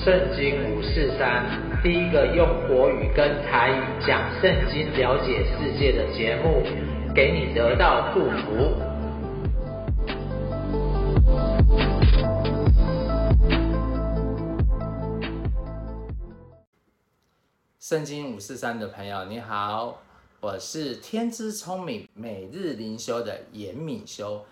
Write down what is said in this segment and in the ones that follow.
圣经543，第一个用国语跟台语讲圣经、了解世界的节目，给你得到祝福。 圣经543的朋友，你好，我是天之聪明每日灵修的严敏修。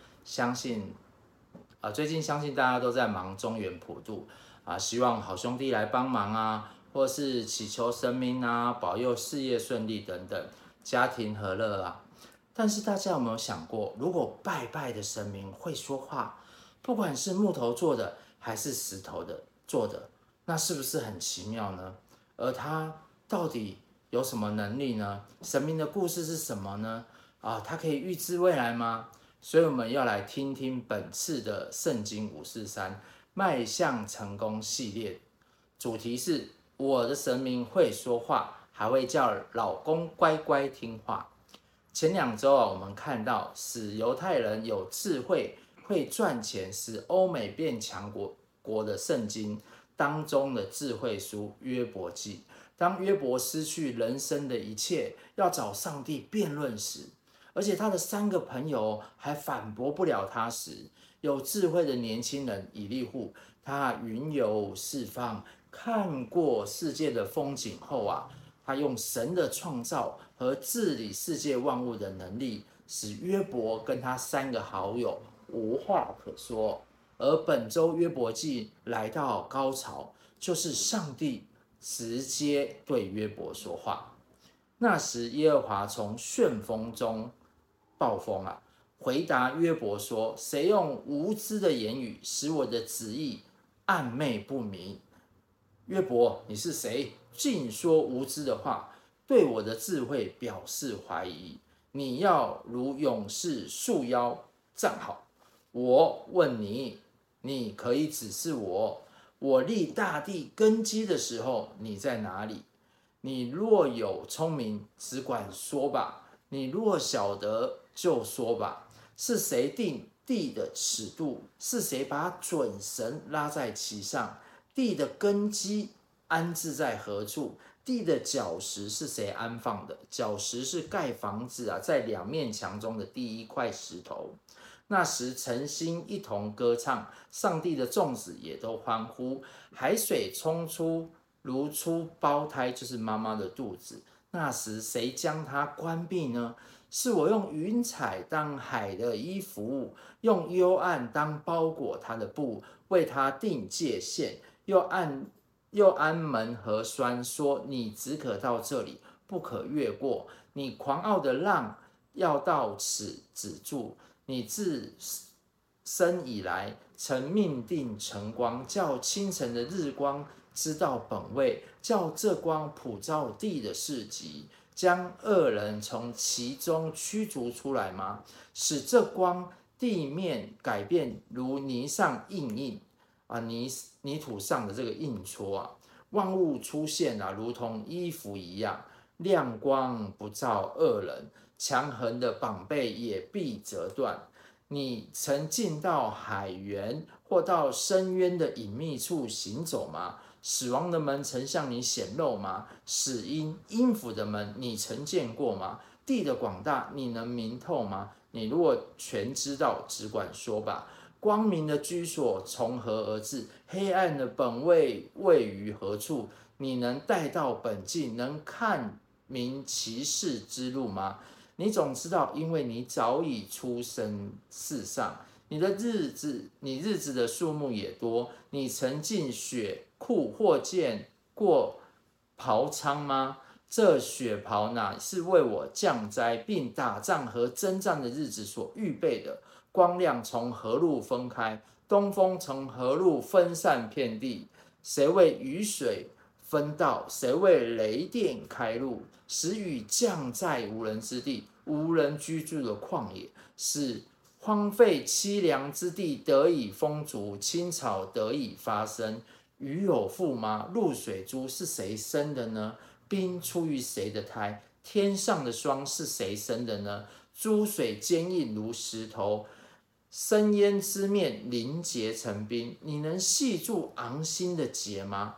最近相信大家都在忙中元普渡希望好兄弟来帮忙或是祈求神明保佑事业顺利等等，家庭和乐但是大家有没有想过，如果拜拜的神明会说话，不管是木头做的还是石头的做的，那是不是很奇妙呢？而他到底有什么能力呢？神明的故事是什么呢？他可以预知未来吗？所以我们要来听听本次的圣经543迈向成功系列，主题是我的神明会说话，还会叫老公乖乖听话。前2周我们看到使犹太人有智慧，会赚钱，使欧美变强国的圣经当中的智慧书约伯记。当约伯失去人生的一切，要找上帝辩论时，而且他的3个朋友还反驳不了他时，有智慧的年轻人以利户，他云游四方，看过世界的风景后他用神的创造和治理世界万物的能力，使约伯跟他3个好友无话可说。而本周约伯记来到高潮，就是上帝直接对约伯说话。那时耶和华从旋风中暴风回答约伯说：谁用无知的言语使我的旨意暗昧不明？约伯，你是谁？尽说无知的话，对我的智慧表示怀疑。你要如勇士束腰站好。我问你，你可以指示我，我立大地根基的时候，你在哪里？你若有聪明，只管说吧；你若晓得，就说吧。是谁定地的尺度？是谁把准绳拉在其上？地的根基安置在何处？地的角石是谁安放的？角石是盖房子在2面墙中的第一块石头。那时晨星一同歌唱，上帝的众子也都欢呼。海水冲出，如出胞胎，就是妈妈的肚子。那时谁将它关闭呢？是我用云彩当海的衣服，用幽暗当包裹它的布，为它定界限，又安门和栓，说你只可到这里，不可越过。你狂傲的浪要到此止住。你自生以来曾命定晨光，叫清晨的日光知道本位，叫这光普照地的事迹，将恶人从其中驱逐出来吗？使这光地面改变如泥上印泥土上的这个印戳万物出现如同衣服一样，亮光不照恶人，强横的膀臂也必折断。你曾进到海源，或到深渊的隐秘处行走吗？死亡的门曾向你显露吗？死阴府的门你曾见过吗？地的广大你能明透吗？你若全知道，只管说吧。光明的居所从何而至？黑暗的本位位于何处？你能带到本境，能看明其事之路吗？你总知道，因为你早已出生世上，你日子的数目也多。你曾进血库或见过刨仓吗？这血刨哪是为我降灾并打仗和征战的日子所预备的？光亮从何路分开？东风从何路分散遍地？谁为雨水分道？谁为雷电开路？使雨降在无人之地，无人居住的旷野，使荒废凄凉之地得以丰足，青草得以发生。鱼有腹吗？露水珠是谁生的呢？冰出于谁的胎？天上的霜是谁生的呢？珠水坚硬如石头，生烟之面凝结成冰。你能系住昂星的结吗？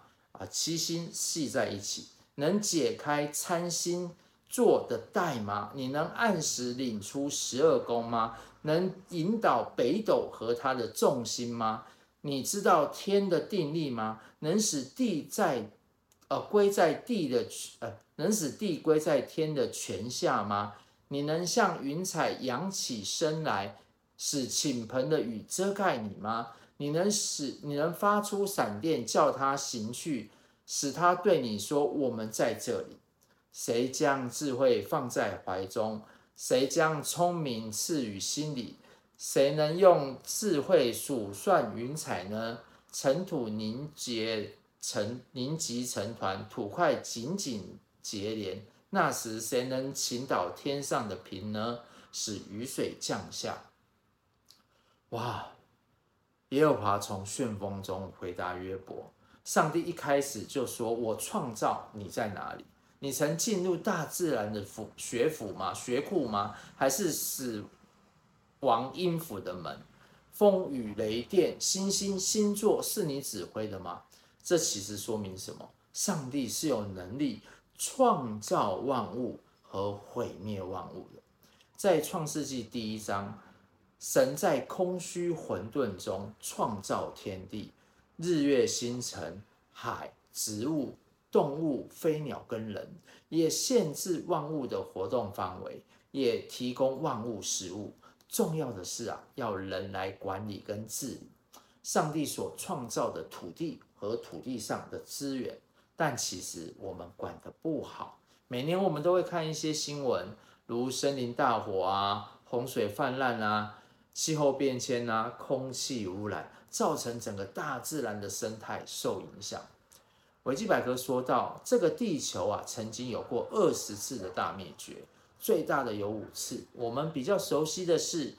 七星系在一起，能解开参星座的带吗？你能按时领出12宫吗？能引导北斗和它的重心吗？你知道天的定力吗？能使地归在地的能使地归在天的权下吗？你能像云彩扬起身来，使倾盆的雨遮盖你吗？你能发出闪电，叫它行去，使它对你说：“我们在这里。”谁将智慧放在怀中？谁将聪明赐予心里？谁能用智慧数算云彩呢？尘土凝集成团，土块紧紧结连。那时谁能倾倒天上的瓶呢？使雨水降下。哇！耶和华从旋风中回答约伯：上帝一开始就说：“我创造你在哪里？你曾进入大自然的学府吗？学库吗？还是死亡阴府的门？风雨雷电、星星星座是你指挥的吗？”这其实说明什么？上帝是有能力创造万物和毁灭万物的。在创世纪第1章，神在空虚混沌中创造天地，日月星辰、海、植物、动物、飞鸟跟人，也限制万物的活动范围，也提供万物食物。重要的是要人来管理跟治理上帝所创造的土地和土地上的资源，但其实我们管得不好。每年我们都会看一些新闻，如森林大火洪水泛滥气候变迁空气污染，造成整个大自然的生态受影响。维基百科说到，这个地球曾经有过20次的大灭绝，最大的有5次。我们比较熟悉的是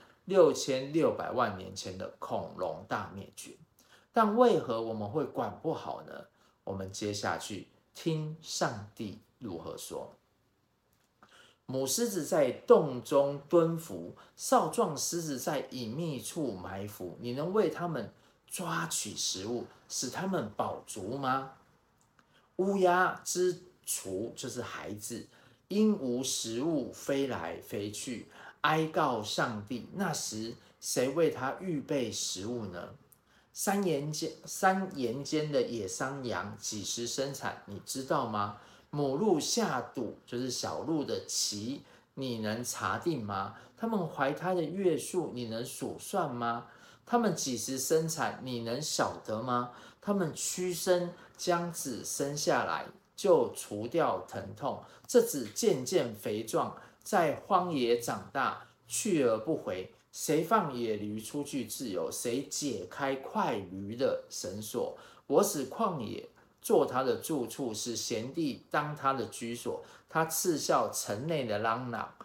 6600万年前的恐龙大灭绝。但为何我们会管不好呢？我们接下去听上帝如何说。母狮子在洞中蹲伏，少壮狮子在隐秘处埋伏。你能为它们抓取食物，使它们饱足吗？乌鸦之雏就是孩子，因无食物飞来飞去，哀告上帝。那时谁为它预备食物呢？山岩间的野山羊几时生产？你知道吗？母鹿下肚就是小鹿的脐，你能查定吗？它们怀胎的月数，你能数算吗？它们几时生产，你能晓得吗？它们屈身将子生下来，就除掉疼痛。这子渐渐肥壮，在荒野长大，去而不回。谁放野驴出去自由？谁解开快驴的绳索？我使旷野做他的住处，使咸地当他的居所。他嗤笑城内的嚷嚷，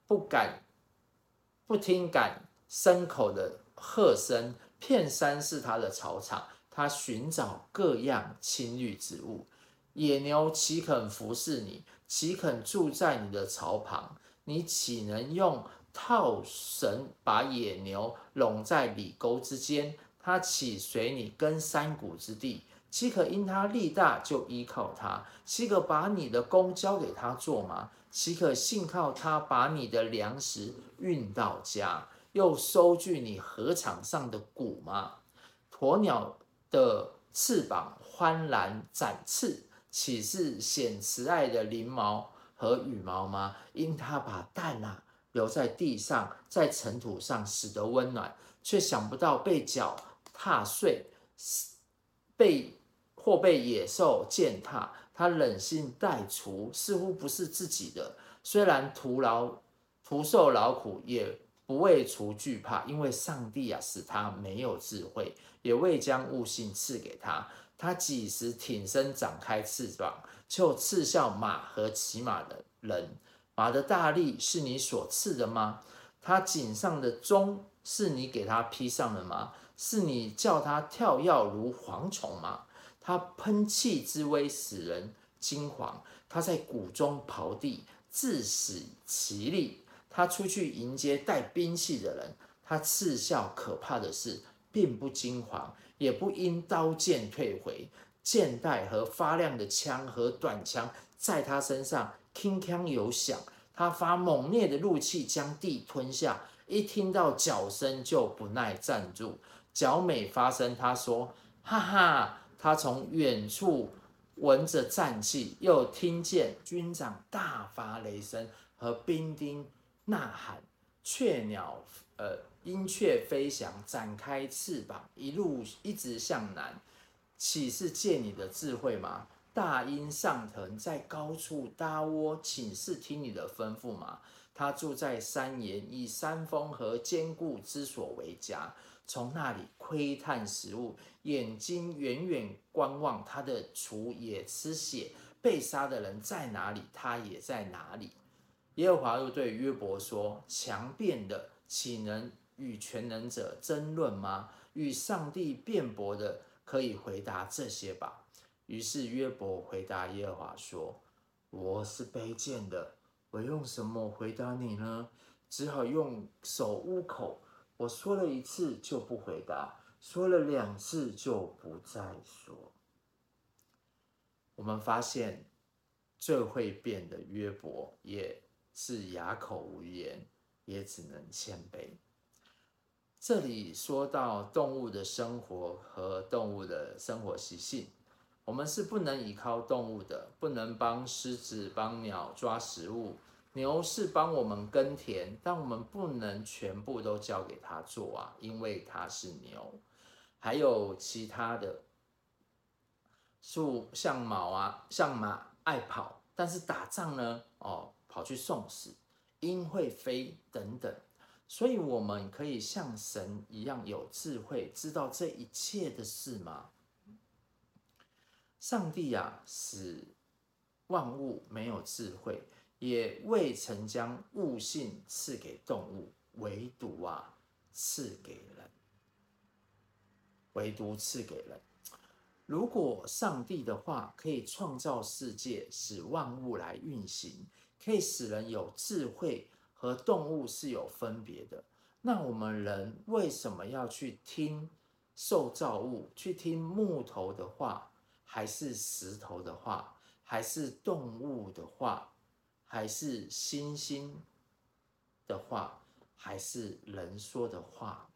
不听赶牲口的喝声。片山是他的草场，他寻找各样青绿植物。野牛岂肯服侍你？岂肯住在你的槽旁？你岂能用套绳把野牛拢在里沟之间？它岂随你耕山谷之地？岂可因他力大就依靠他？岂可把你的工交给他做吗？岂可信靠他把你的粮食运到家，又收据你禾场上的谷吗？鸵鸟的翅膀欢然展翅，岂是显慈爱的翎毛和羽毛吗？因他把蛋留在地上，在尘土上使得温暖，却想不到被脚踏碎，或被野兽践踏。他忍心待除，似乎不是自己的。虽然徒受劳苦，也不为除惧怕，因为上帝使他没有智慧，也未将悟性赐给他。他几时挺身展开翅膀，就嗤笑马和骑马的人。马的大力是你所赐的吗？他颈上的钟是你给他披上的吗？是你叫他跳跃如蝗虫吗？他喷气之威使人惊惶，他在谷中刨地，自使其力。他出去迎接带兵器的人，他嗤笑可怕的事，并不惊惶，也不因刀剑退回。 箭袋和发亮的枪和短枪在他身上铿锵有响，他发猛烈的怒气将地吞下，一听到脚声就不耐站住。脚每发声，他说：“哈哈！”他从远处闻着战气，又听见军长大发雷声和兵丁呐喊，鹰雀飞翔，展开翅膀，一直向南。岂是借你的智慧吗？大鹰上腾，在高处搭窝，请是听你的吩咐吗？他住在山岩，以山峰和坚固之所为家，从那里窥探食物，眼睛远远观望。他的厨也吃血，被杀的人在哪里，他也在哪里。耶和华又对约伯说：强辩的岂能与全能者争论吗？与上帝辩驳的可以回答这些吧。于是约伯回答耶和华说：我是卑贱的，我用什么回答你呢？只好用手捂口。我说了一次就不回答，说了2次就不再说。我们发现最会辩的约伯也是哑口无言，也只能谦卑。这里说到动物的生活和动物的生活习性，我们是不能依靠动物的，不能帮狮子、帮鸟抓食物。牛是帮我们耕田，但我们不能全部都交给它做啊，因为它是牛。还有其他的，像马爱跑，但是打仗呢，跑去送死。鹰会飞等等。所以我们可以像神一样有智慧，知道这一切的事吗？上帝啊，使万物没有智慧，也未曾将悟性赐给动物，唯独赐给人。唯独赐给人。如果上帝的话可以创造世界，使万物来运行，可以使人有智慧，和动物是有分别的，那我们人为什么要去听受造物，去听木头的话，还是石头的话，还是动物的话，还是星星的话，还是人说的话？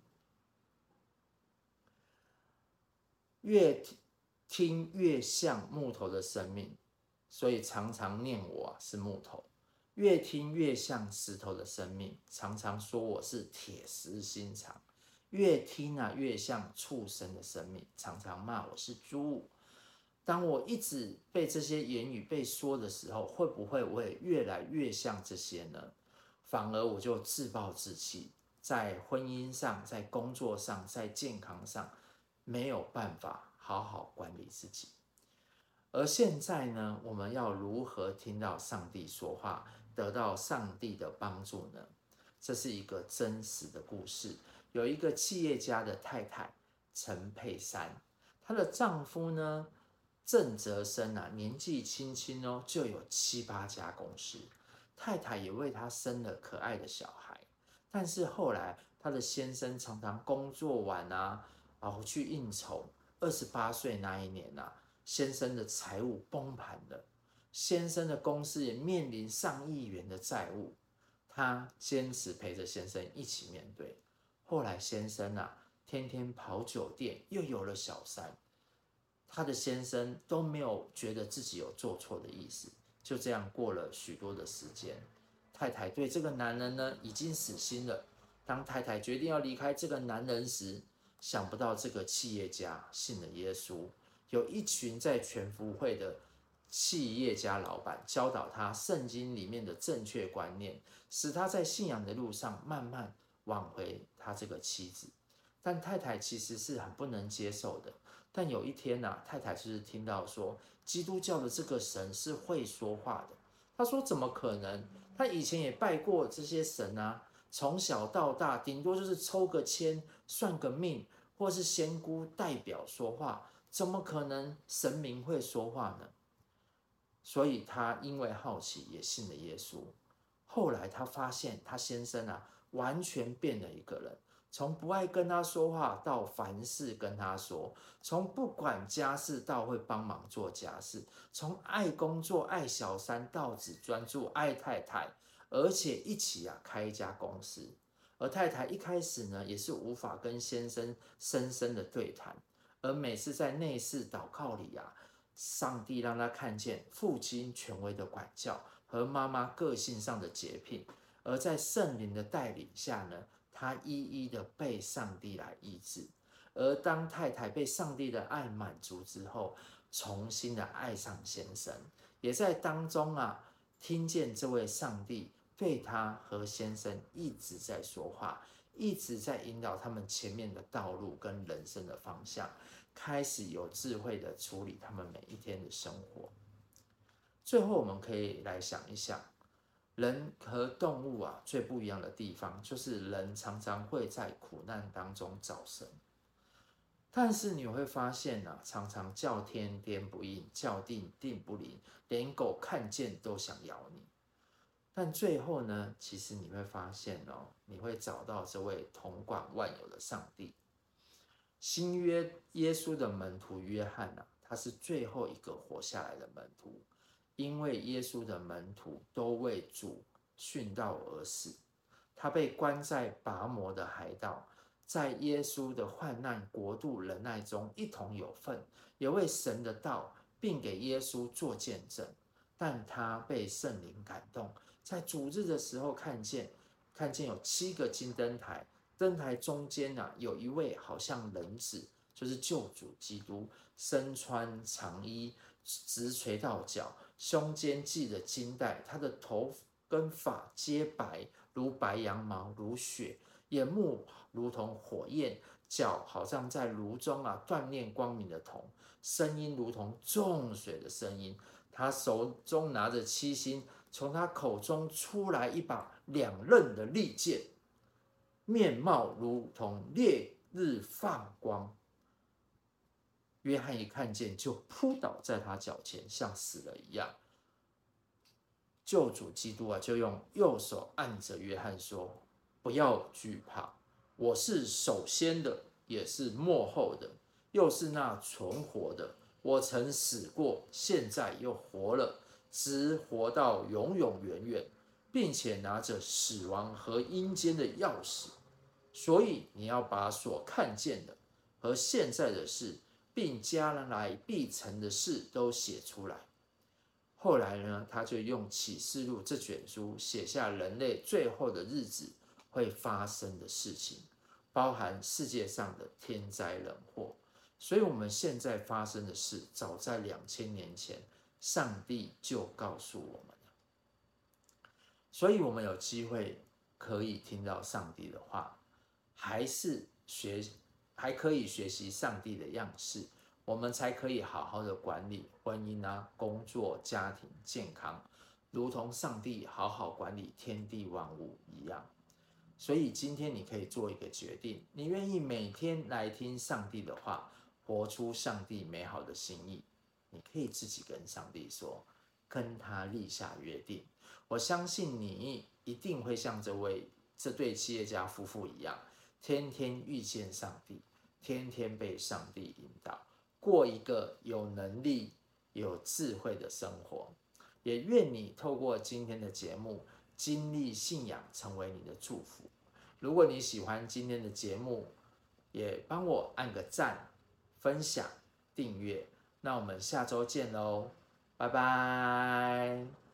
越听越像木头的生命，所以常常念我是木头；越听越像石头的生命，常常说我是铁石心肠；越听越像畜生的生命，常常骂我是猪。当我一直被这些言语被说的时候，会不会我也越来越像这些呢？反而我就自暴自弃，在婚姻上，在工作上，在健康上，没有办法好好管理自己。而现在呢，我们要如何听到上帝说话，得到上帝的帮助呢？这是一个真实的故事。有一个企业家的太太陈佩珊，她的丈夫呢郑泽生年纪轻轻就有7、8家公司，太太也为他生了可爱的小孩。但是后来他的先生常常工作晚去应酬。28岁那一年先生的财务崩盘了，先生的公司也面临上亿元的债务。他坚持陪着先生一起面对。后来先生天天跑酒店，又有了小三。他的先生都没有觉得自己有做错的意思，就这样过了许多的时间。太太对这个男人呢已经死心了。当太太决定要离开这个男人时，想不到这个企业家信了耶稣，有一群在全福会的企业家老板教导他圣经里面的正确观念，使他在信仰的路上慢慢挽回他这个妻子。但太太其实是很不能接受的。但有一天太太就是听到说基督教的这个神是会说话的。她说怎么可能？她以前也拜过这些神从小到大顶多就是抽个签、算个命，或是仙姑代表说话，怎么可能神明会说话呢？所以她因为好奇也信了耶稣。后来她发现她先生完全变了一个人， 从不爱跟他说话到凡事跟他说，从不管家事到会帮忙做家事，从爱工作爱小三到只专注爱太太，而且一起开一家公司。而太太一开始呢也是无法跟先生深深的对谈，而每次在内室祷告里上帝让他看见父亲权威的管教和妈妈个性上的洁癖，而在圣灵的带领下呢，他一一的被上帝来医治。而当太太被上帝的爱满足之后，重新的爱上先生，也在当中听见这位上帝对他和先生一直在说话，一直在引导他们前面的道路跟人生的方向，开始有智慧的处理他们每一天的生活。最后我们可以来想一想，人和动物最不一样的地方，就是人常常会在苦难当中找神，但是你会发现常常叫天天不应，叫地地不灵，连狗看见都想咬你。但最后呢，其实你会发现你会找到这位统管万有的上帝。新约耶稣的门徒约翰他是最后一个活下来的门徒，因为耶稣的门徒都为主殉道而死。他被关在拔摩的海岛，在耶稣的患难国度忍耐中一同有份，也为神的道并给耶稣做见证。但他被圣灵感动，在主日的时候看见有7个金灯台，灯台中间有一位好像人子，就是救主基督，身穿长衣，直垂到脚，胸间系着金带，他的头跟发皆白，如白羊毛，如雪，眼目如同火焰，脚好像在炉中锻炼光明的铜，声音如同众水的声音。他手中拿着7星，从他口中出来一把2刃的利剑，面貌如同烈日放光。约翰一看见，就扑倒在他脚前，像死了一样。救主基督就用右手按着约翰说：“不要惧怕，我是首先的，也是末后的，又是那存活的。我曾死过，现在又活了，直活到永永远远，并且拿着死亡和阴间的钥匙。所以你要把所看见的和现在的事，并将来必成的事都写出来。”后来呢，他就用启示录这卷书写下人类最后的日子会发生的事情，包含世界上的天灾人祸。所以我们现在发生的事，早在2000年前，上帝就告诉我们了。所以我们有机会可以听到上帝的话，还可以学习上帝的样式，我们才可以好好的管理婚姻工作、家庭、健康，如同上帝好好管理天地万物一样。所以今天你可以做一个决定，你愿意每天来听上帝的话，活出上帝美好的心意。你可以自己跟上帝说，跟他立下约定。我相信你一定会像这对企业家夫妇一样，天天遇见上帝，天天被上帝引导，过一个有能力、有智慧的生活。也愿你透过今天的节目，经历信仰成为你的祝福。如果你喜欢今天的节目，也帮我按个赞、分享、订阅。那我们下周见喽，拜拜。